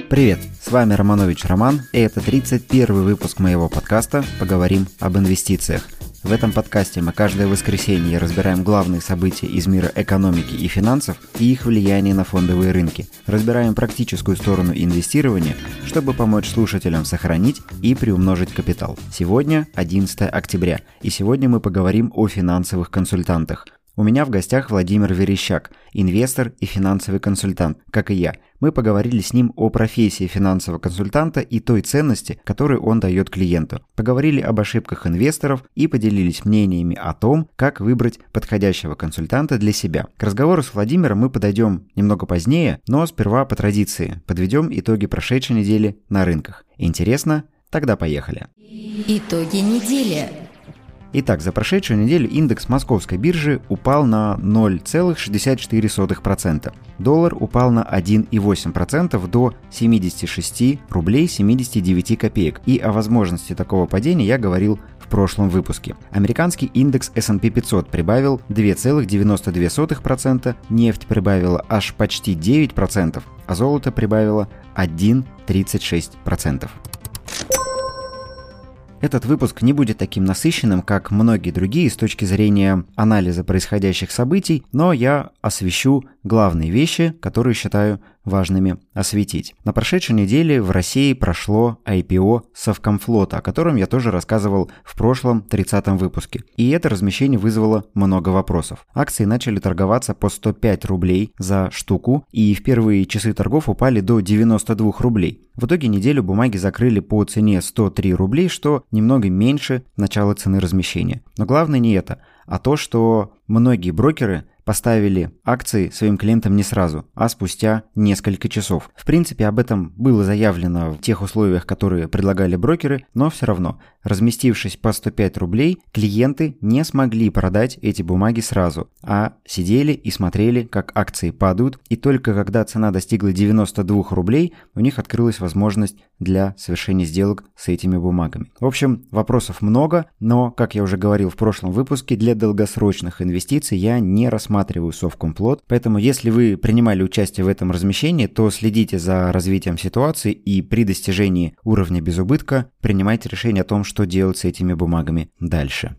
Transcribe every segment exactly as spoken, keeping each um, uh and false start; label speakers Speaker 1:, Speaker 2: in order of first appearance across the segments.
Speaker 1: Привет, с вами Романович Роман, и это тридцать первый выпуск моего подкаста «Поговорим об инвестициях». В этом подкасте мы каждое воскресенье разбираем главные события из мира экономики и финансов и их влияние на фондовые рынки. Разбираем практическую сторону инвестирования, чтобы помочь слушателям сохранить и приумножить капитал. Сегодня одиннадцатое октября, и сегодня мы поговорим о финансовых консультантах. У меня в гостях Владимир Верещак, инвестор и финансовый консультант, как и я. Мы поговорили с ним о профессии финансового консультанта и той ценности, которую он дает клиенту. Поговорили об ошибках инвесторов и поделились мнениями о том, как выбрать подходящего консультанта для себя. К разговору с Владимиром мы подойдем немного позднее, но сперва по традиции подведем итоги прошедшей недели на рынках. Интересно? Тогда поехали.
Speaker 2: Итоги недели.
Speaker 1: Итак, за прошедшую неделю индекс Московской биржи упал на ноль целых шестьдесят четыре сотых процента. Доллар упал на один целых восемь десятых процента до семьдесят шесть рублей семьдесят девять копеек. И о возможности такого падения я говорил в прошлом выпуске. Американский индекс эс энд пи пятьсот прибавил два целых девяносто две сотых процента, нефть прибавила аж почти девять процентов, а золото прибавило один целых тридцать шесть сотых процента. Этот выпуск не будет таким насыщенным, как многие другие с точки зрения анализа происходящих событий, но я освещу главные вещи, которые считаю важными осветить. На прошедшей неделе в России прошло ай пи о Совкомфлота, о котором я тоже рассказывал в прошлом тридцатом выпуске. И это размещение вызвало много вопросов. Акции начали торговаться по сто пять рублей за штуку, и в первые часы торгов упали до девяноста двух рублей. В итоге неделю бумаги закрыли по цене сто три рублей, что немного меньше начала цены размещения. Но главное не это, а то, что многие брокеры поставили акции своим клиентам не сразу, а спустя несколько часов. В принципе, об этом было заявлено в тех условиях, которые предлагали брокеры, но все равно, разместившись по сто пять рублей, клиенты не смогли продать эти бумаги сразу, а сидели и смотрели, как акции падают, и только когда цена достигла девяноста двух рублей, у них открылась возможность для совершения сделок с этими бумагами. В общем, вопросов много, но, как я уже говорил в прошлом выпуске, для долгосрочных инвестиций я не рассматриваю Совкомфлот, поэтому если вы принимали участие в этом размещении, то следите за развитием ситуации и при достижении уровня без убытка принимайте решение о том, что делать с этими бумагами дальше.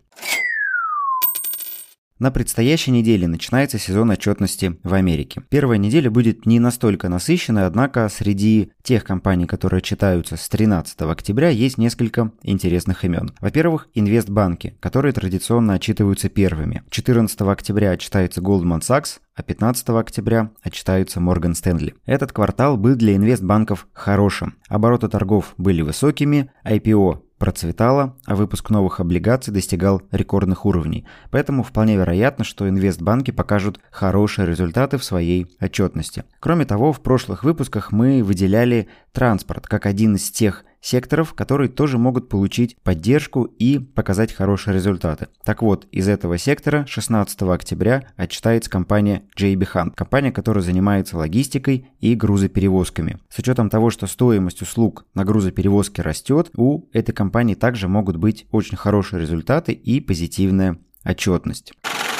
Speaker 1: На предстоящей неделе начинается сезон отчетности в Америке. Первая неделя будет не настолько насыщенной, однако среди тех компаний, которые отчитаются с тринадцатого октября, есть несколько интересных имен. Во-первых, инвестбанки, которые традиционно отчитываются первыми. четырнадцатого октября отчитается Goldman Sachs, а пятнадцатого октября отчитаются Morgan Stanley. Этот квартал был для инвестбанков хорошим. Обороты торгов были высокими, ай пи о процветало, а выпуск новых облигаций достигал рекордных уровней. Поэтому вполне вероятно, что инвестбанки покажут хорошие результаты в своей отчетности. Кроме того, в прошлых выпусках мы выделяли транспорт как один из тех секторов, которые тоже могут получить поддержку и показать хорошие результаты. Так вот, из этого сектора шестнадцатого октября отчитается компания джей би Hunt, компания, которая занимается логистикой и грузоперевозками. С учетом того, что стоимость услуг на грузоперевозке растет, у этой компании также могут быть очень хорошие результаты и позитивная отчетность.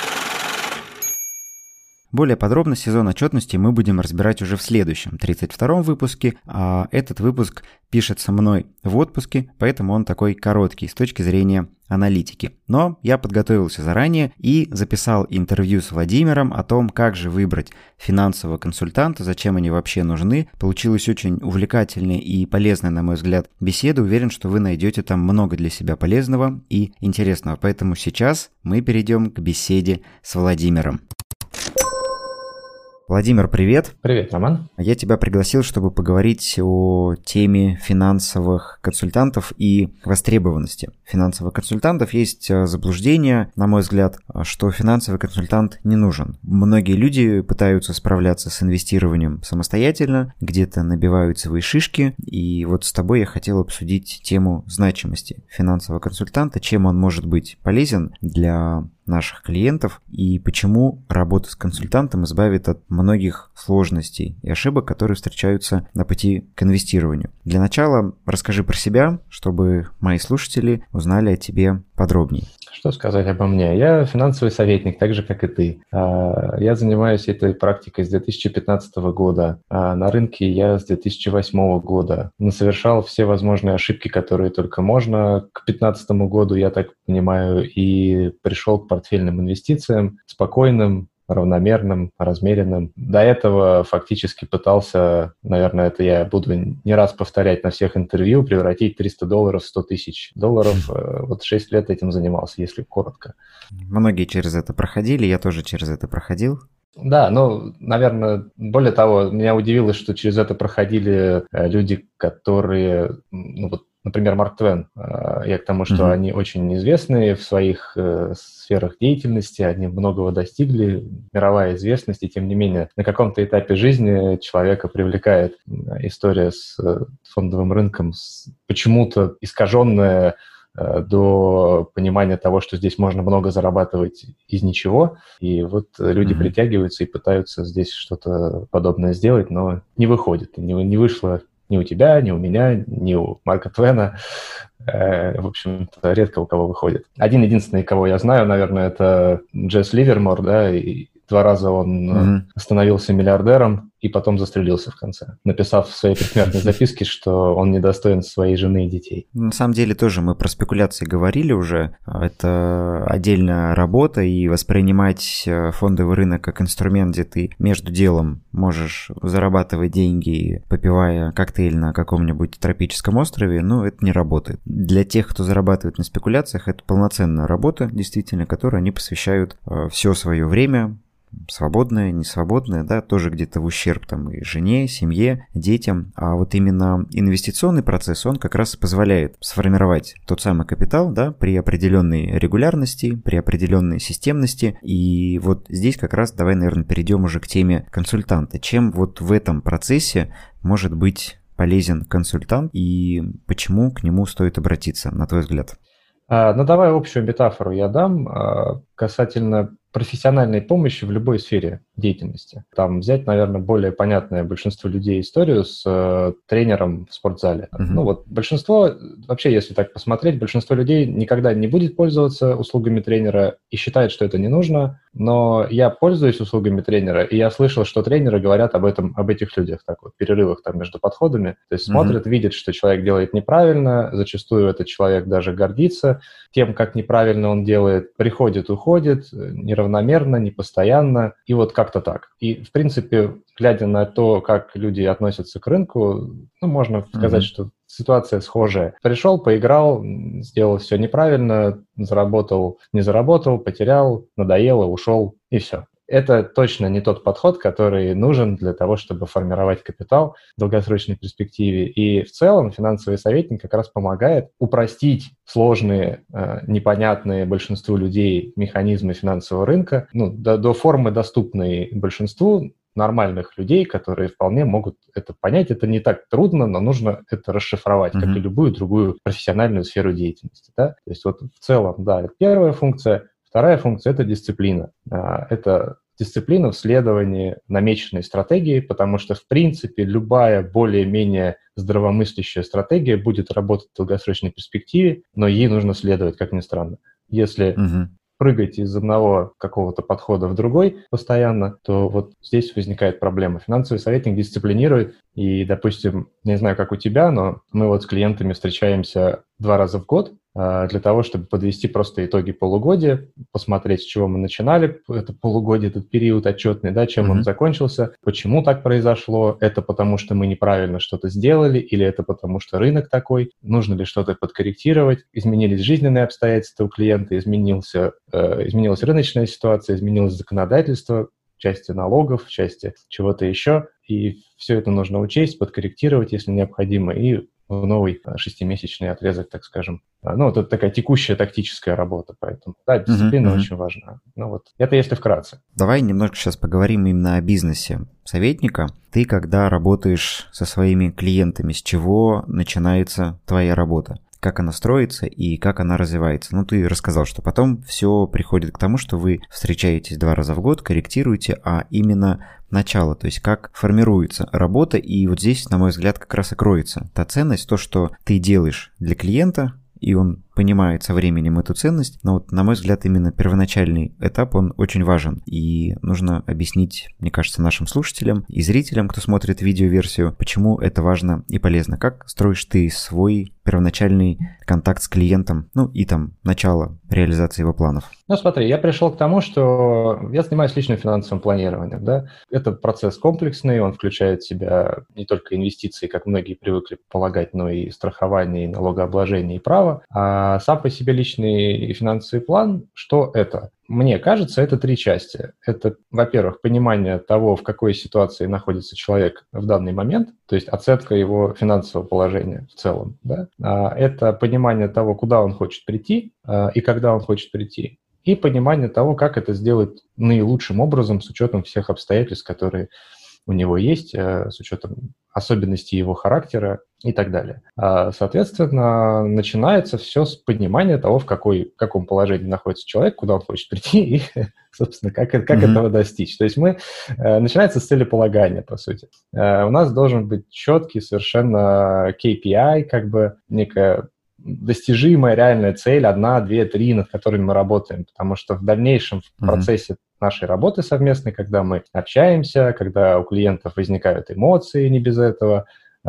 Speaker 1: Более подробно сезон отчетности мы будем разбирать уже в следующем, тридцать втором выпуске, а этот выпуск пишется мной в отпуске, поэтому он такой короткий с точки зрения аналитики. Но я подготовился заранее и записал интервью с Владимиром о том, как же выбрать финансового консультанта, зачем они вообще нужны. Получилась очень увлекательная и полезная, на мой взгляд, беседа. Уверен, что вы найдете там много для себя полезного и интересного. Поэтому сейчас мы перейдем к беседе с Владимиром. Владимир, привет.
Speaker 3: Привет, Роман.
Speaker 1: Я тебя пригласил, чтобы поговорить о теме финансовых консультантов и востребованности финансовых консультантов. Есть заблуждение, на мой взгляд, что финансовый консультант не нужен. Многие люди пытаются справляться с инвестированием самостоятельно, где-то набивают свои шишки. И вот с тобой я хотел обсудить тему значимости финансового консультанта, чем он может быть полезен для наших клиентов и почему работа с консультантом избавит от многих сложностей и ошибок, которые встречаются на пути к инвестированию. Для начала расскажи про себя, чтобы мои слушатели узнали о тебе подробнее.
Speaker 3: Что сказать обо мне? Я финансовый советник, так же, как и ты. Я занимаюсь этой практикой с две тысячи пятнадцатого года. На рынке я с две тысячи восьмого года. Совершал все возможные ошибки, которые только можно. К две тысячи пятнадцатому году, я так понимаю, и пришел к портфельным инвестициям, спокойным, равномерным, размеренным. До этого фактически пытался, наверное, это я буду не раз повторять на всех интервью, превратить триста долларов в сто тысяч долларов. Вот шесть лет этим занимался, если коротко.
Speaker 1: Многие через это проходили, я тоже через это проходил.
Speaker 3: Да, ну, наверное, более того, меня удивило, что через это проходили люди, которые, ну вот, например, Марк Твен. Я к тому, что mm-hmm. они очень известные в своих э, сферах деятельности, они многого достигли, мировая известность, и тем не менее на каком-то этапе жизни человека привлекает история с фондовым рынком, с почему-то искаженная э, до понимания того, что здесь можно много зарабатывать из ничего, и вот люди mm-hmm. притягиваются и пытаются здесь что-то подобное сделать, но не выходит, не, не вышло ни у тебя, ни у меня, ни у Марка Твена. Э, в общем-то, редко у кого выходит. Один-единственный, кого я знаю, наверное, это Джесс Ливермор, да, и два раза он mm-hmm. становился миллиардером и потом застрелился в конце, написав в своей предсмертной записке, что он недостоин своей жены и детей.
Speaker 1: На самом деле тоже мы про спекуляции говорили уже. Это отдельная работа, и воспринимать фондовый рынок как инструмент, где ты между делом можешь зарабатывать деньги, попивая коктейль на каком-нибудь тропическом острове, ну, это не работает. Для тех, кто зарабатывает на спекуляциях, это полноценная работа, действительно, которой они посвящают все свое время, свободное, несвободное, да, тоже где-то в ущерб там и жене, семье, детям. А вот именно инвестиционный процесс, он как раз позволяет сформировать тот самый капитал, да, при определенной регулярности, при определенной системности. И вот здесь как раз давай, наверное, перейдем уже к теме консультанта. Чем вот в этом процессе может быть полезен консультант и почему к нему стоит обратиться, на твой взгляд?
Speaker 3: А, ну, давай общую метафору я дам а, касательно профессиональной помощи в любой сфере деятельности. Там взять, наверное, более понятное большинству людей историю с э, тренером в спортзале. Uh-huh. Ну вот большинство, вообще, если так посмотреть, большинство людей никогда не будет пользоваться услугами тренера и считает, что это не нужно. Но я пользуюсь услугами тренера, и я слышал, что тренеры говорят об этом, об этих людях, так вот, в перерывах там между подходами. То есть смотрят, uh-huh. видят, что человек делает неправильно, зачастую этот человек даже гордится тем, как неправильно он делает, приходит, уходит, неравномерно, непостоянно, и вот как-то так. И, в принципе, глядя на то, как люди относятся к рынку, ну, можно сказать, mm-hmm. что ситуация схожая. Пришел, поиграл, сделал все неправильно, заработал, не заработал, потерял, надоело, ушел, и все. Это точно не тот подход, который нужен для того, чтобы формировать капитал в долгосрочной перспективе. И в целом финансовый советник как раз помогает упростить сложные, э, непонятные большинству людей механизмы финансового рынка, ну, до, до формы, доступной большинству нормальных людей, которые вполне могут это понять. Это не так трудно, но нужно это расшифровать, mm-hmm. как и любую другую профессиональную сферу деятельности. Да? То есть вот в целом, да, это первая функция. Вторая функция – это дисциплина. Это дисциплина в следовании намеченной стратегии, потому что, в принципе, любая более-менее здравомыслящая стратегия будет работать в долгосрочной перспективе, но ей нужно следовать, как ни странно. Если угу. прыгать из одного какого-то подхода в другой постоянно, то вот здесь возникает проблема. Финансовый советник дисциплинирует, и, допустим, не знаю, как у тебя, но мы вот с клиентами встречаемся два раза в год, для того, чтобы подвести просто итоги полугодия, посмотреть, с чего мы начинали это полугодие, этот период отчетный, да, чем mm-hmm. он закончился, почему так произошло, это потому, что мы неправильно что-то сделали, или это потому, что рынок такой, нужно ли что-то подкорректировать, изменились жизненные обстоятельства у клиента, изменился, э, изменилась рыночная ситуация, изменилось законодательство в части налогов, в части чего-то еще, и все это нужно учесть, подкорректировать, если необходимо, и в новый шестимесячный отрезок, так скажем. Ну, вот это такая текущая тактическая работа, поэтому, да, дисциплина uh-huh, uh-huh. очень важна. Ну вот, это если вкратце.
Speaker 1: Давай немножко сейчас поговорим именно о бизнесе советника. Ты, когда работаешь со своими клиентами, с чего начинается твоя работа? Как она строится и как она развивается. Ну, ты рассказал, что потом все приходит к тому, что вы встречаетесь два раза в год, корректируете, а именно начало, то есть как формируется работа, и вот здесь, на мой взгляд, как раз и кроется та ценность, то, что ты делаешь для клиента, и он понимает со временем эту ценность, но вот, на мой взгляд, именно первоначальный этап, он очень важен, и нужно объяснить, мне кажется, нашим слушателям и зрителям, кто смотрит видеоверсию, почему это важно и полезно. Как строишь ты свой первоначальный контакт с клиентом, ну и там начало реализации его планов?
Speaker 3: Ну, смотри, я пришел к тому, что я занимаюсь личным финансовым планированием, да. Это процесс комплексный, он включает в себя не только инвестиции, как многие привыкли полагать, но и страхование, и налогообложение, и право. А сам по себе личный финансовый план, что это? Мне кажется, это три части. Это, во-первых, понимание того, в какой ситуации находится человек в данный момент, то есть оценка его финансового положения в целом. Да? Это понимание того, куда он хочет прийти и когда он хочет прийти. И понимание того, как это сделать наилучшим образом с учетом всех обстоятельств, которые у него есть, с учетом особенностей его характера и так далее. Соответственно, начинается все с понимания того, в, какой, в каком положении находится человек, куда он хочет прийти и, собственно, как, как mm-hmm. этого достичь. То есть мы начинается с целеполагания, по сути. У нас должен быть четкий совершенно кей пи ай, как бы некая достижимая реальная цель, одна, две, три, над которыми мы работаем, потому что в дальнейшем в процессе mm-hmm. нашей работы совместной, когда мы общаемся, когда у клиентов возникают эмоции, не без этого,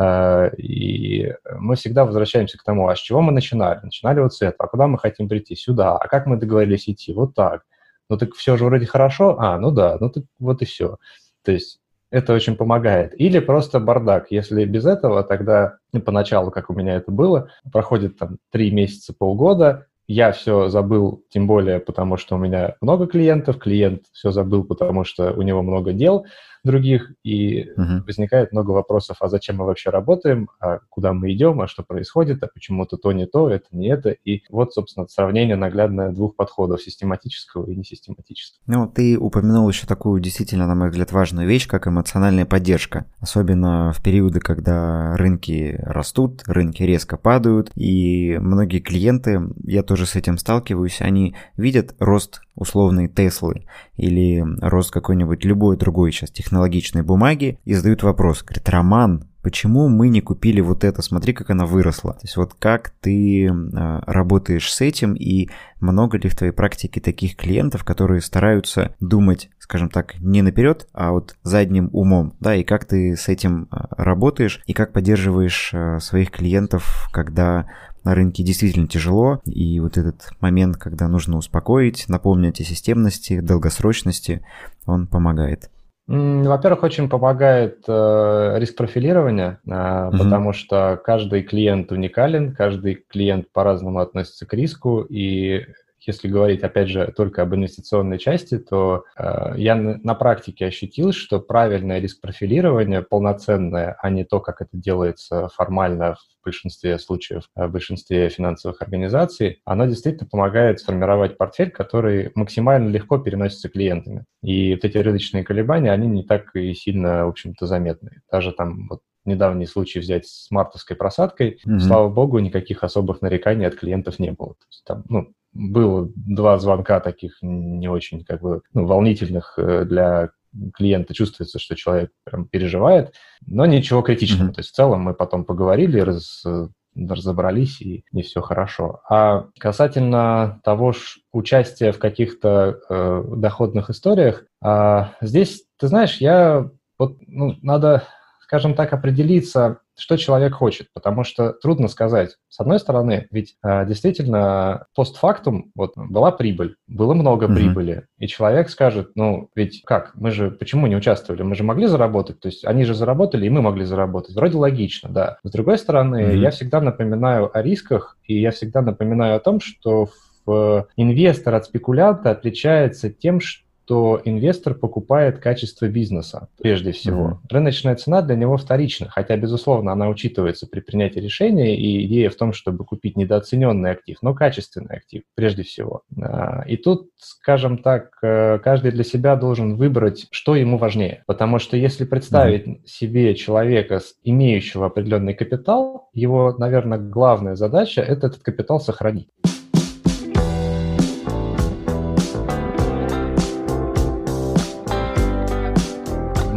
Speaker 3: и мы всегда возвращаемся к тому, а с чего мы начинали? Начинали вот с этого, а куда мы хотим прийти? Сюда. А как мы договорились идти? Вот так. Ну так все же вроде хорошо? А, ну да, ну так вот и все. То есть это очень помогает. Или просто бардак. Если без этого, тогда ну, поначалу, как у меня это было, проходит там три месяца, полгода, я все забыл, тем более потому, что у меня много клиентов, клиент все забыл, потому что у него много дел других, и uh-huh. возникает много вопросов, а зачем мы вообще работаем, а куда мы идем, а что происходит, а почему-то то не то, это не это. И вот, собственно, сравнение наглядное двух подходов, систематического и несистематического.
Speaker 1: Ну, ты упомянул еще такую действительно, на мой взгляд, важную вещь, как эмоциональная поддержка. Особенно в периоды, когда рынки растут, рынки резко падают, и многие клиенты, я тоже с этим сталкиваюсь, они видят рост условной Теслы или рост какой-нибудь любой другой сейчас технологичной бумаги и задают вопрос, говорит, Роман, почему мы не купили вот это, смотри, как она выросла. То есть вот как ты э, работаешь с этим и много ли в твоей практике таких клиентов, которые стараются думать, скажем так, не наперед, а вот задним умом, да, и как ты с этим работаешь и как поддерживаешь э, своих клиентов, когда на рынке действительно тяжело, и вот этот момент, когда нужно успокоить, напомнить о системности, долгосрочности, он помогает.
Speaker 3: Во-первых, очень помогает э, риск-профилирование, э, mm-hmm. потому что каждый клиент уникален, каждый клиент по-разному относится к риску, и если говорить, опять же, только об инвестиционной части, то э, я на, на практике ощутил, что правильное риск-профилирование, полноценное, а не то, как это делается формально в большинстве случаев, в большинстве финансовых организаций, оно действительно помогает сформировать портфель, который максимально легко переносится клиентами. И вот эти рыночные колебания, они не так и сильно, в общем-то, заметны. Даже там вот недавний случай взять с мартовской просадкой, mm-hmm. слава богу, никаких особых нареканий от клиентов не было. То есть там, ну, было два звонка таких не очень как бы ну, волнительных для клиента. Чувствуется, что человек прям переживает, но ничего критичного. Mm-hmm. То есть в целом мы потом поговорили, раз, разобрались, и, и все хорошо. А касательно того ж участия в каких-то э, доходных историях, э, здесь, ты знаешь, я вот ну, надо, скажем так, определиться, что человек хочет, потому что трудно сказать. С одной стороны, ведь э, действительно постфактум вот, была прибыль, было много mm-hmm. прибыли, и человек скажет, ну, ведь как, мы же почему не участвовали, мы же могли заработать, то есть они же заработали, и мы могли заработать. Вроде логично, да. С другой стороны, mm-hmm. я всегда напоминаю о рисках, и я всегда напоминаю о том, что в, инвестор от спекулянта отличается тем, что то инвестор покупает качество бизнеса прежде всего. Mm-hmm. Рыночная цена для него вторична, хотя, безусловно, она учитывается при принятии решения, и идея в том, чтобы купить недооцененный актив, но качественный актив прежде всего. И тут, скажем так, каждый для себя должен выбрать, что ему важнее. Потому что если представить mm-hmm. себе человека, имеющего определенный капитал, его, наверное, главная задача – это этот капитал сохранить.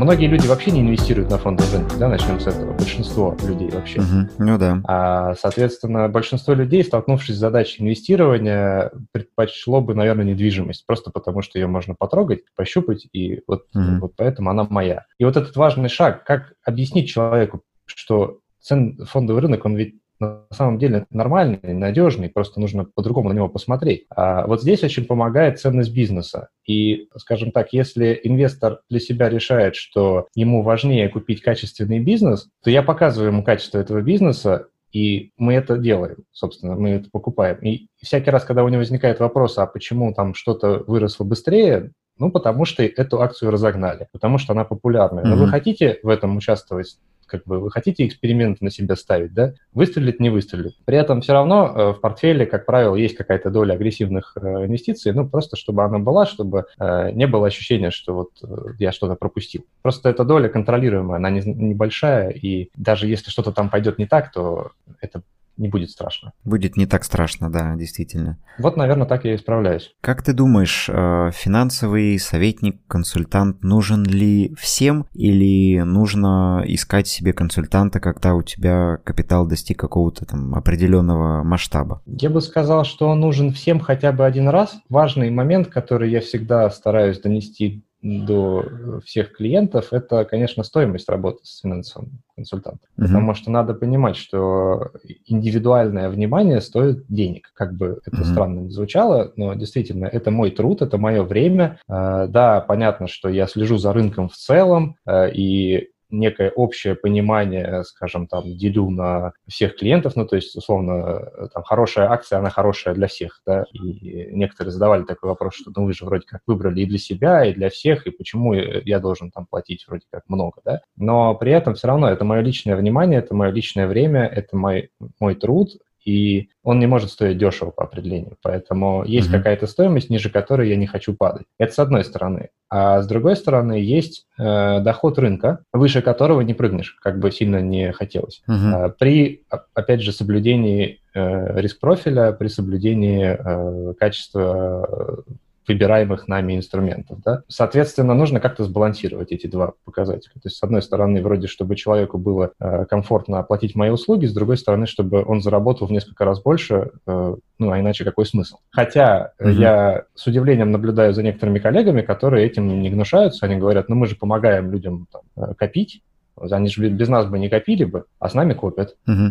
Speaker 3: Многие люди вообще не инвестируют на фондовом рынке, да, начнем с этого. Большинство людей вообще.
Speaker 1: Угу. Ну да.
Speaker 3: А, соответственно, большинство людей, столкнувшись с задачей инвестирования, предпочло бы, наверное, недвижимость, просто потому что ее можно потрогать, пощупать, и вот, угу. вот поэтому она моя. И вот этот важный шаг, как объяснить человеку, что цен, фондовый рынок, он ведь на самом деле нормальный, надежный, просто нужно по-другому на него посмотреть. А вот здесь очень помогает ценность бизнеса. И, скажем так, если инвестор для себя решает, что ему важнее купить качественный бизнес, то я показываю ему качество этого бизнеса, и мы это делаем, собственно, мы это покупаем. И всякий раз, когда у него возникает вопрос, а почему там что-то выросло быстрее, ну, потому что эту акцию разогнали, потому что она популярная. Но mm-hmm. вы хотите в этом участвовать? Как бы вы хотите эксперименты на себя ставить, да? Выстрелит, не выстрелит. При этом все равно э, в портфеле, как правило, есть какая-то доля агрессивных э, инвестиций, ну, просто чтобы она была, чтобы э, не было ощущения, что вот э, я что-то пропустил. Просто эта доля контролируемая, она не, небольшая, и даже если что-то там пойдет не так, то это не будет страшно.
Speaker 1: Будет не так страшно, да, действительно.
Speaker 3: Вот, наверное, так я и справляюсь.
Speaker 1: Как ты думаешь, финансовый советник, консультант нужен ли всем или нужно искать себе консультанта, когда у тебя капитал достиг какого-то там определенного масштаба?
Speaker 3: Я бы сказал, что он нужен всем хотя бы один раз. Важный момент, который я всегда стараюсь донести до всех клиентов, это, конечно, стоимость работы с финансовым консультантом. Uh-huh. Потому что надо понимать, что индивидуальное внимание стоит денег. Как бы это uh-huh. странно не звучало, но действительно, это мой труд, это мое время. Да, понятно, что я слежу за рынком в целом, и некое общее понимание, скажем, там, делю на всех клиентов, ну, то есть, условно, там, хорошая акция, она хорошая для всех, да, и некоторые задавали такой вопрос, что, ну, вы же вроде как выбрали и для себя, и для всех, и почему я должен там платить вроде как много, да, но при этом все равно это мое личное внимание, это мое личное время, это мой, мой труд, и он не может стоить дешево по определению. Поэтому есть mm-hmm. какая-то стоимость, ниже которой я не хочу падать. Это с одной стороны. А с другой стороны есть э, доход рынка, выше которого не прыгнешь, как бы сильно не хотелось. Mm-hmm. При, опять же, соблюдении э, риск-профиля, при соблюдении э, качества выбираемых нами инструментов. Да? Соответственно, нужно как-то сбалансировать эти два показателя. То есть, с одной стороны, вроде, чтобы человеку было э, комфортно оплатить мои услуги, с другой стороны, чтобы он заработал в несколько раз больше, э, ну, а иначе какой смысл? Хотя mm-hmm. я с удивлением наблюдаю за некоторыми коллегами, которые этим не гнушаются, они говорят, ну, мы же помогаем людям там, копить, они же без нас бы не копили бы, а с нами копят. Uh-huh.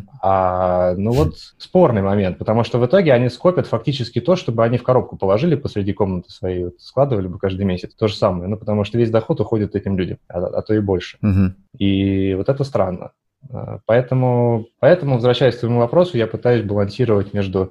Speaker 3: А, ну вот спорный момент, потому что в итоге они скопят фактически то, чтобы они в коробку положили посреди комнаты своей, вот, складывали бы каждый месяц. То же самое, ну потому что весь доход уходит этим людям, а, а то и больше. Uh-huh. И вот это странно. Поэтому, поэтому, возвращаясь к твоему вопросу, я пытаюсь балансировать между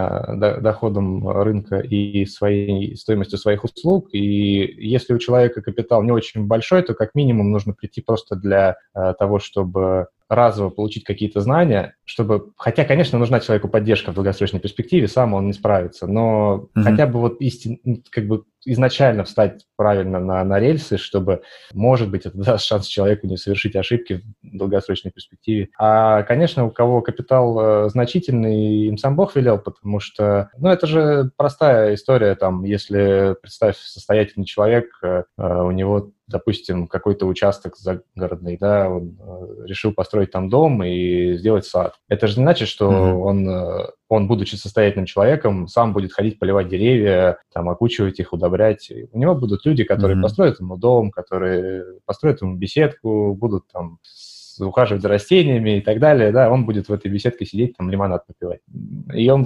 Speaker 3: э, доходом рынка и своей стоимостью своих услуг. И если у человека капитал не очень большой, то как минимум нужно прийти просто для э, того, чтобы разово получить какие-то знания, чтобы... Хотя, конечно, нужна человеку поддержка в долгосрочной перспективе, сам он не справится, но mm-hmm. хотя бы вот истин, как бы изначально встать правильно на, на рельсы, чтобы, может быть, это даст шанс человеку не совершить ошибки в долгосрочной перспективе. А, конечно, у кого капитал э, значительный, им сам Бог велел, потому что, ну, это же простая история, там, если, представь, состоятельный человек, э, у него, допустим, какой-то участок загородный, да, он э, решил построить там дом и сделать сад. Это же не значит, что mm-hmm. он, э, он, будучи состоятельным человеком, сам будет ходить поливать деревья, там, окучивать их, удобрять. У него будут люди, которые mm-hmm. построят ему дом, которые построят ему беседку, будут там ухаживать за растениями и так далее, да, он будет в этой беседке сидеть, там, лимонад попивать. И он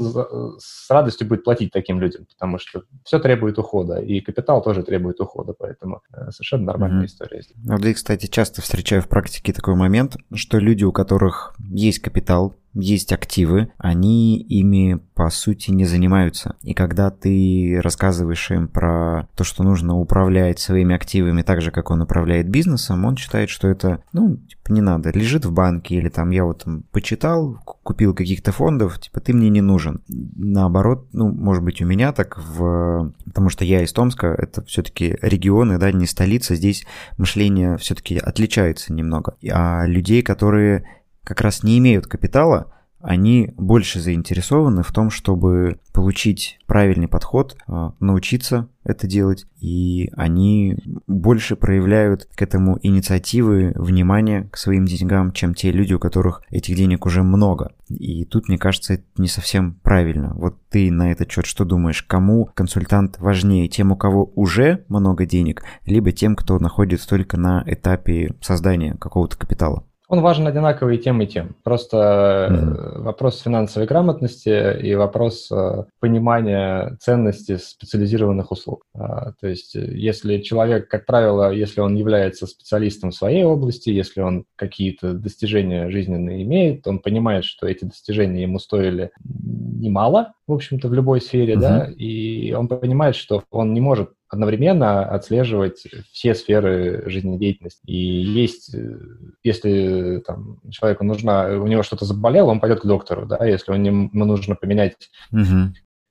Speaker 3: с радостью будет платить таким людям, потому что все требует ухода, и капитал тоже требует ухода, поэтому совершенно нормальная mm-hmm. история.
Speaker 1: Вот я, кстати, часто встречаю в практике такой момент, что люди, у которых есть капитал, есть активы, они ими, по сути, не занимаются. И когда ты рассказываешь им про то, что нужно управлять своими активами так же, как он управляет бизнесом, он считает, что это, ну, типа, не надо. Лежит в банке, или там я вот там почитал, купил каких-то фондов, типа, ты мне не нужен. Наоборот, ну, может быть, у меня так, в... потому что я из Томска, это все-таки регионы, да, не столица, здесь мышление все-таки отличается немного. А людей, которые как раз не имеют капитала, они больше заинтересованы в том, чтобы получить правильный подход, научиться это делать, и они больше проявляют к этому инициативы, внимание к своим деньгам, чем те люди, у которых этих денег уже много. И тут, мне кажется, это не совсем правильно. Вот ты на этот счет что думаешь? Кому консультант важнее? Тем, у кого уже много денег, либо тем, кто находится только на этапе создания какого-то капитала?
Speaker 3: Он важен одинаково и тем, и тем. Просто mm-hmm. вопрос финансовой грамотности и вопрос понимания ценности специализированных услуг. То есть если человек, как правило, если он является специалистом в своей области, если он какие-то достижения жизненные имеет, он понимает, что эти достижения ему стоили немало, в общем-то, в любой сфере, mm-hmm. да, и он понимает, что он не может одновременно отслеживать все сферы жизнедеятельности. И есть, если там, человеку нужна, у него что-то заболело, он пойдет к доктору, да, если ему нужно поменять
Speaker 1: угу.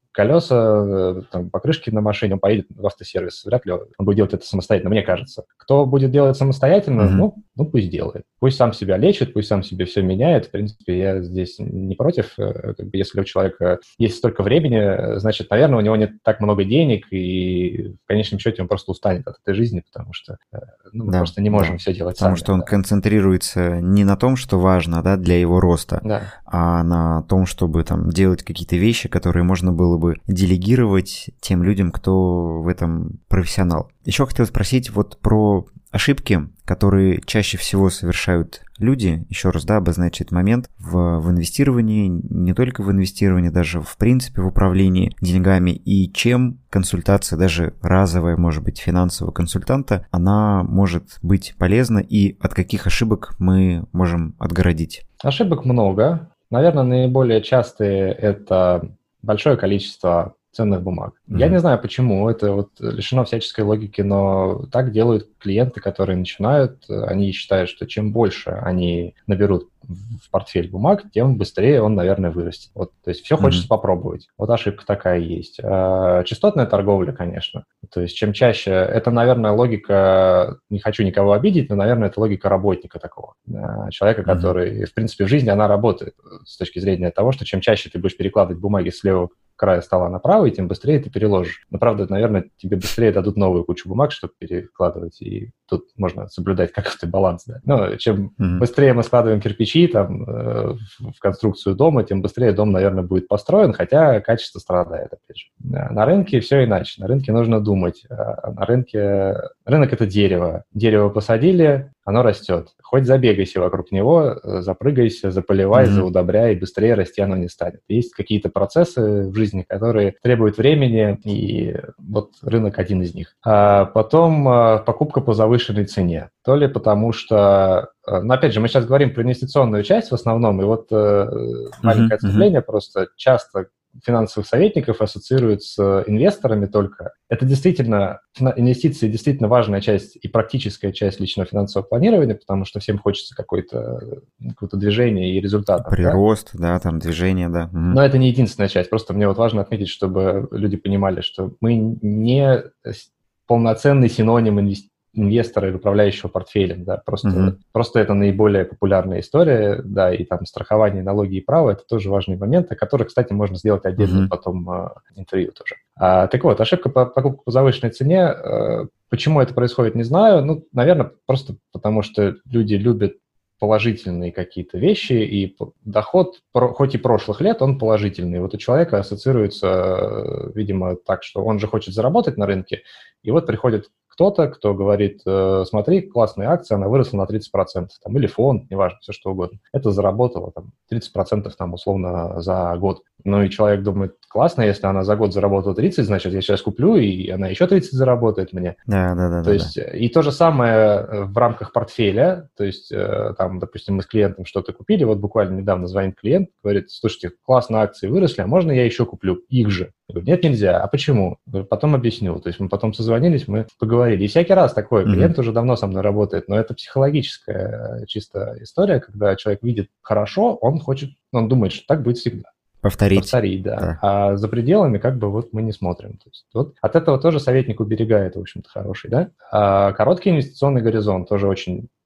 Speaker 3: колеса, там, покрышки на машине, он поедет в автосервис. Вряд ли он будет делать это самостоятельно, мне кажется. Кто будет делать самостоятельно, mm-hmm. ну, ну, пусть делает. Пусть сам себя лечит, пусть сам себе все меняет. В принципе, я здесь не против. Как бы, если у человека есть столько времени, значит, наверное, у него нет так много денег, и в конечном счете он просто устанет от этой жизни, потому что ну, мы да, просто не можем да. все делать
Speaker 1: потому
Speaker 3: сами.
Speaker 1: Потому что он
Speaker 3: да.
Speaker 1: концентрируется не на том, что важно, да, для его роста,
Speaker 3: да.
Speaker 1: а на том, чтобы там делать какие-то вещи, которые можно было бы делегировать тем людям, кто в этом профессионал. Еще хотел спросить вот про ошибки, которые чаще всего совершают люди, еще раз, да, обозначить этот момент в, в инвестировании, не только в инвестировании, даже в принципе в управлении деньгами, и чем консультация, даже разовая, может быть, финансового консультанта, она может быть полезна, и от каких ошибок мы можем отгородить?
Speaker 3: Ошибок много. Наверное, наиболее частые – это большое количество ценных бумаг. Mm-hmm. Я не знаю, почему, это вот лишено всяческой логики, но так делают клиенты, которые начинают, они считают, что чем больше они наберут в портфель бумаг, тем быстрее он, наверное, вырастет. Вот, то есть все хочется mm-hmm. попробовать. Вот ошибка такая есть. А, частотная торговля, конечно. То есть чем чаще... Это, наверное, логика... Не хочу никого обидеть, но, наверное, это логика работника такого. Человека, mm-hmm. который, в принципе, в жизни она работает с точки зрения того, что чем чаще ты будешь перекладывать бумаги с левого края стола на правый, тем быстрее ты переложишь. Но, правда, наверное, тебе быстрее дадут новую кучу бумаг, чтобы перекладывать, и тут можно соблюдать какой-то баланс. Да? Но чем mm-hmm. быстрее мы складываем кирпичи там, э, в конструкцию дома, тем быстрее дом, наверное, будет построен, хотя качество страдает, опять же. На рынке все иначе. На рынке нужно думать. На рынке... Рынок – это дерево. Дерево посадили, оно растет. Хоть забегайся вокруг него, запрыгайся, заполивай, mm-hmm. заудобряй, быстрее расти оно не станет. Есть какие-то процессы в жизни, которые требуют времени, и вот рынок один из них. А потом покупка по завышенной цене. То ли потому что... Ну, опять же, мы сейчас говорим про инвестиционную часть в основном, и вот маленькое mm-hmm. отступление просто часто финансовых советников ассоциируют с инвесторами только. Это действительно, инвестиции действительно важная часть и практическая часть личного финансового планирования, потому что всем хочется какое-то, какое-то движение и результат.
Speaker 1: Прирост, да? да, там движение, да. Угу.
Speaker 3: Но это не единственная часть. Просто мне вот важно отметить, чтобы люди понимали, что мы не полноценный синоним инвестиций, инвестора или управляющего портфелем, да, просто, mm-hmm. просто это наиболее популярная история, да, и там страхование, налоги и право – это тоже важные моменты, которые, кстати, можно сделать отдельно mm-hmm. потом э, интервью тоже. А, так вот, ошибка по покупке по завышенной цене, э, почему это происходит, не знаю, ну, наверное, просто потому что люди любят положительные какие-то вещи, и доход, хоть и прошлых лет, он положительный. Вот у человека ассоциируется, видимо, так, что он же хочет заработать на рынке, и вот приходит кто-то, кто говорит, смотри, классная акция, она выросла на тридцать процентов, там, или фонд, неважно, все что угодно. Это заработало там, тридцать процентов там, условно за год. Ну и человек думает, классно, если она за год заработала тридцать, значит, я сейчас куплю, и она еще тридцать заработает мне.
Speaker 1: Да, да, да.
Speaker 3: То
Speaker 1: да,
Speaker 3: есть,
Speaker 1: да.
Speaker 3: И то же самое в рамках портфеля, то есть, там, допустим, мы с клиентом что-то купили, вот буквально недавно звонит клиент, говорит, слушайте, классно, акции выросли, а можно я еще куплю их же? Я говорю, нет, нельзя. А почему? Потом объясню. То есть мы потом созвонились, мы поговорили. И всякий раз такой, клиент mm-hmm. уже давно со мной работает, но это психологическая чисто история, когда человек видит хорошо, он хочет, он думает, что так будет всегда.
Speaker 1: Повторить.
Speaker 3: Повторить, да.
Speaker 1: да.
Speaker 3: А за пределами как бы вот мы не смотрим. То есть, вот от этого тоже советник уберегает, в общем-то, хороший, да. А короткий инвестиционный горизонт тоже очень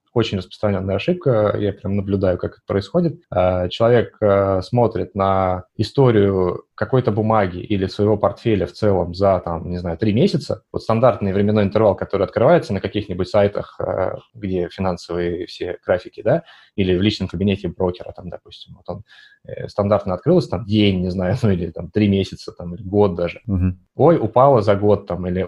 Speaker 3: очень распространенная ошибка, я прям наблюдаю, как это происходит. Человек смотрит на историю какой-то бумаги или своего портфеля в целом за, там, не знаю, три месяца. Вот стандартный временной интервал, который открывается на каких-нибудь сайтах, где финансовые все графики, да, или в личном кабинете брокера, там, допустим, вот он стандартно открылся, там, день, не знаю, ну, или там три месяца, там, или год даже. Угу. Ой, упало за год, там, или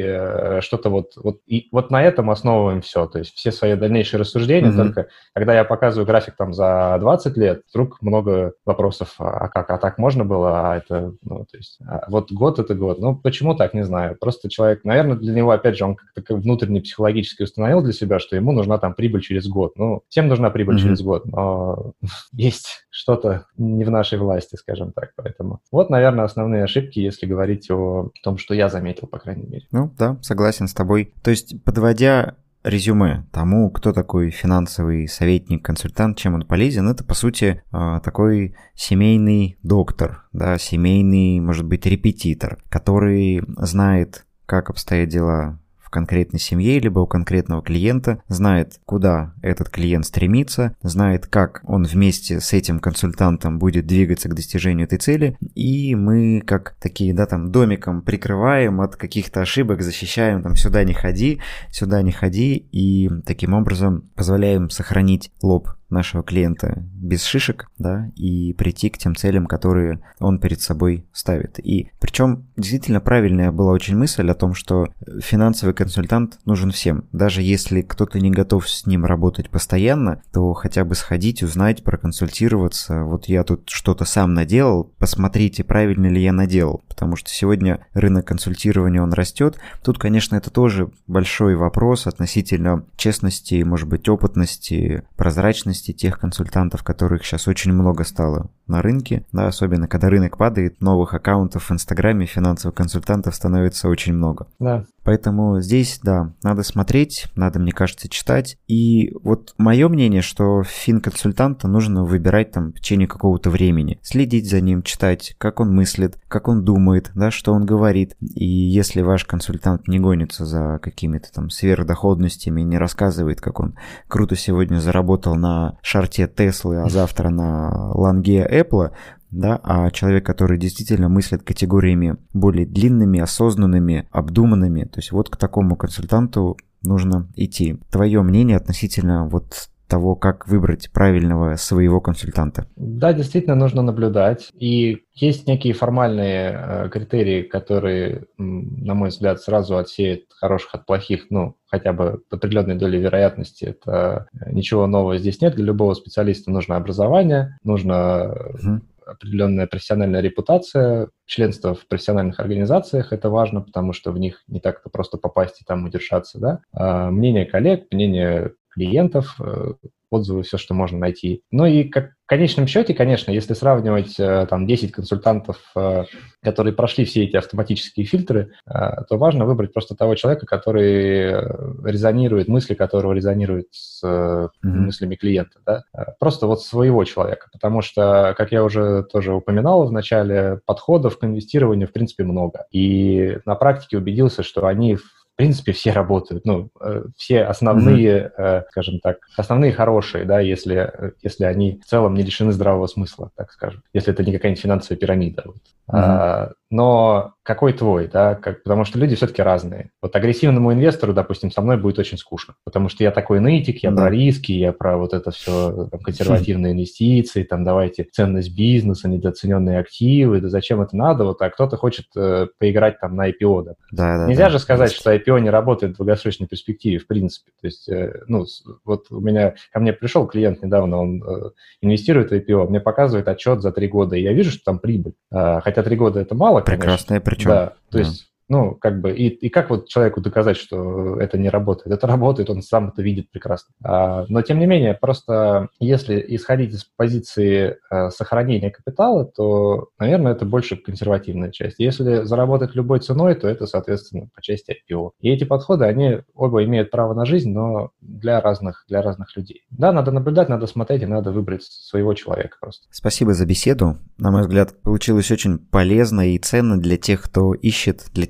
Speaker 3: ой, что-то вот, вот, и вот на этом основываем все, то есть все свои дальнейшие рассуждения, угу. Только когда я показываю график, там, за двадцать лет, вдруг много вопросов, а как, а так можно было, а это, ну, то есть, а вот год это год, ну, почему так, не знаю, просто человек, наверное, для него, опять же, он как-то внутренне психологически установил для себя, что ему нужна там прибыль через год, ну, всем нужна прибыль угу. через год, но есть что-то не в нашей власти, скажем так, поэтому вот, наверное, основные ошибки, если говорить о том, что я заметил, по крайней мере.
Speaker 1: Ну, да, согласен с тобой. То есть, подводя резюме тому, кто такой финансовый советник, консультант, чем он полезен, это, по сути, такой семейный доктор, да, семейный, может быть, репетитор, который знает, как обстоят дела в конкретной семье, либо у конкретного клиента, знает, куда этот клиент стремится, знает, как он вместе с этим консультантом будет двигаться к достижению этой цели, и мы как такие, да, там, домиком прикрываем от каких-то ошибок, защищаем, там, сюда не ходи, сюда не ходи, и таким образом позволяем сохранить лоб нашего клиента без шишек, да, и прийти к тем целям, которые он перед собой ставит. И причем действительно правильная была очень мысль о том, что финансовый консультант нужен всем. Даже если кто-то не готов с ним работать постоянно, то хотя бы сходить, узнать, проконсультироваться. Вот я тут что-то сам наделал, посмотрите, правильно ли я наделал. Потому что сегодня рынок консультирования, он растет. Тут, конечно, это тоже большой вопрос относительно честности, может быть, опытности, прозрачности тех консультантов, которых сейчас очень много стало на рынке, да, особенно когда рынок падает, новых аккаунтов в Инстаграме финансовых консультантов становится очень много.
Speaker 3: Да.
Speaker 1: Поэтому здесь, да, надо смотреть, надо, мне кажется, читать. И вот мое мнение, что финконсультанта нужно выбирать там в течение какого-то времени, следить за ним, читать, как он мыслит, как он думает, да, что он говорит. И если ваш консультант не гонится за какими-то там сверхдоходностями, не рассказывает, как он круто сегодня заработал на шарте Теслы, а завтра на лонге Apple, да, а человек, который действительно мыслит категориями более длинными, осознанными, обдуманными, то есть вот к такому консультанту нужно идти. Твое мнение относительно вот того, как выбрать правильного своего консультанта?
Speaker 3: Да, действительно нужно наблюдать. И есть некие формальные э, критерии, которые, на мой взгляд, сразу отсеют хороших от плохих, ну, хотя бы с определенной долей вероятности. Это ничего нового здесь нет. Для любого специалиста нужно образование, нужно угу. определенная профессиональная репутация, членство в профессиональных организациях. Это важно, потому что в них не так-то просто попасть и там удержаться. Да? А мнение коллег, мнение клиентов, отзывы, все, что можно найти. Ну и как, в конечном счете, конечно, если сравнивать там десять консультантов, которые прошли все эти автоматические фильтры, то важно выбрать просто того человека, который резонирует, мысли которого резонируют с mm-hmm. мыслями клиента. Да? Просто вот своего человека. Потому что, как я уже тоже упоминал в начале, подходов к инвестированию в принципе много. И на практике убедился, что они в принципе, все работают, ну, все основные, mm-hmm. скажем так, основные хорошие, да, если, если они в целом не лишены здравого смысла, так скажем, если это не какая-нибудь финансовая пирамида. Вот. Mm-hmm. А, но какой твой, да, как, потому что люди все-таки разные. Вот агрессивному инвестору, допустим, со мной будет очень скучно, потому что я такой нытик, я mm-hmm. про риски, я про вот это все, там, консервативные mm-hmm. инвестиции, там, давайте ценность бизнеса, недооцененные активы, да зачем это надо, вот, а кто-то хочет э, поиграть там на ай пи о, да. Да, да, Нельзя да, же сказать, есть. Что ай пи о не работает в долгосрочной перспективе, в принципе. То есть, э, ну, вот у меня, ко мне пришел клиент недавно, он э, инвестирует в ай пи о, мне показывает отчет за три года, и я вижу, что там прибыль. Э, хотя три года это мало, конечно.
Speaker 1: Прекрасная причем.
Speaker 3: Да, то
Speaker 1: да.
Speaker 3: есть, ну, как бы, и, и как вот человеку доказать, что это не работает? Это работает, он сам это видит прекрасно. А, но, тем не менее, просто если исходить из позиции а, сохранения капитала, то, наверное, это больше консервативная часть. Если заработать любой ценой, то это, соответственно, по части ай пи о. И эти подходы, они оба имеют право на жизнь, но для разных, для разных людей. Да, надо наблюдать, надо смотреть, и надо выбрать своего человека просто.
Speaker 1: Спасибо за беседу. На мой взгляд, получилось очень полезно и ценно для тех, кто ищет, для тех,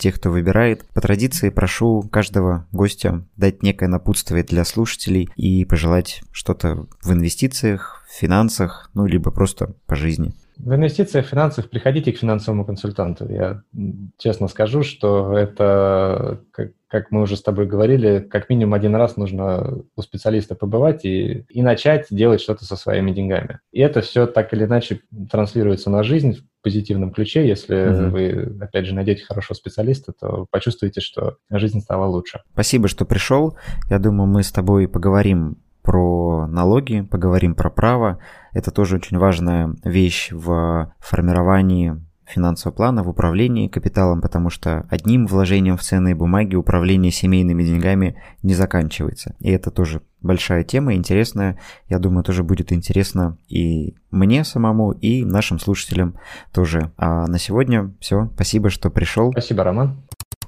Speaker 1: тех, кто выбирает. По традиции прошу каждого гостя дать некое напутствие для слушателей и пожелать что-то в инвестициях, в финансах, ну, либо просто по жизни.
Speaker 3: В инвестициях, в финансах приходите к финансовому консультанту. Я честно скажу, что это, как, как мы уже с тобой говорили, как минимум один раз нужно у специалиста побывать и, и начать делать что-то со своими деньгами. И это все так или иначе транслируется на жизнь в позитивном ключе. Если mm-hmm. вы, опять же, найдете хорошего специалиста, то почувствуете, что жизнь стала лучше.
Speaker 1: Спасибо, что пришел. Я думаю, мы с тобой поговорим про налоги, поговорим про право. Это тоже очень важная вещь в формировании финансового плана, в управлении капиталом, потому что одним вложением в ценные бумаги управление семейными деньгами не заканчивается. И это тоже большая тема, интересная. Я думаю, тоже будет интересно и мне самому, и нашим слушателям тоже. А на сегодня все. Спасибо, что пришел.
Speaker 3: Спасибо, Роман.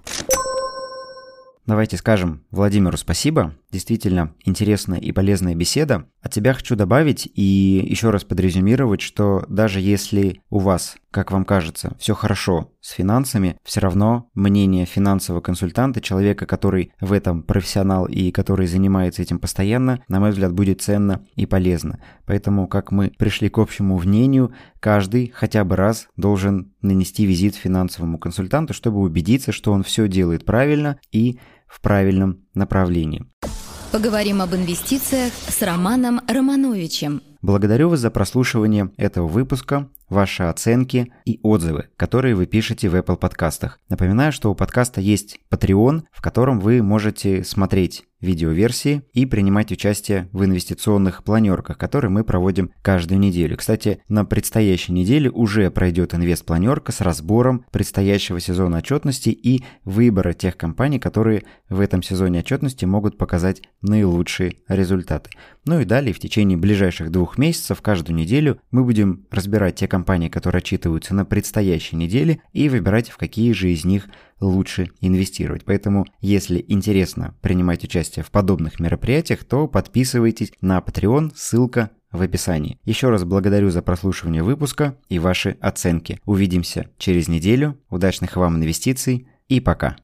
Speaker 1: Давайте скажем Владимиру спасибо. Действительно интересная и полезная беседа. От тебя хочу добавить и еще раз подрезюмировать, что даже если у вас, как вам кажется, все хорошо с финансами, все равно мнение финансового консультанта, человека, который в этом профессионал и который занимается этим постоянно, на мой взгляд, будет ценно и полезно. Поэтому, как мы пришли к общему мнению, каждый хотя бы раз должен нанести визит финансовому консультанту, чтобы убедиться, что он все делает правильно и в правильном направлении.
Speaker 2: Поговорим об инвестициях с Романом Романовичем.
Speaker 1: Благодарю вас за прослушивание этого выпуска, ваши оценки и отзывы, которые вы пишете в Apple подкастах. Напоминаю, что у подкаста есть Patreon, в котором вы можете смотреть видеоверсии и принимать участие в инвестиционных планерках, которые мы проводим каждую неделю. Кстати, на предстоящей неделе уже пройдет инвест-планерка с разбором предстоящего сезона отчетности и выбора тех компаний, которые в этом сезоне отчетности могут показать наилучшие результаты. Ну и далее в течение ближайших двух месяцев каждую неделю мы будем разбирать те компании, которые отчитываются на предстоящей неделе, и выбирать, в какие же из них лучше инвестировать. Поэтому, если интересно принимать участие в подобных мероприятиях, то подписывайтесь на Patreon, ссылка в описании. Еще раз благодарю за прослушивание выпуска и ваши оценки. Увидимся через неделю. Удачных вам инвестиций и пока!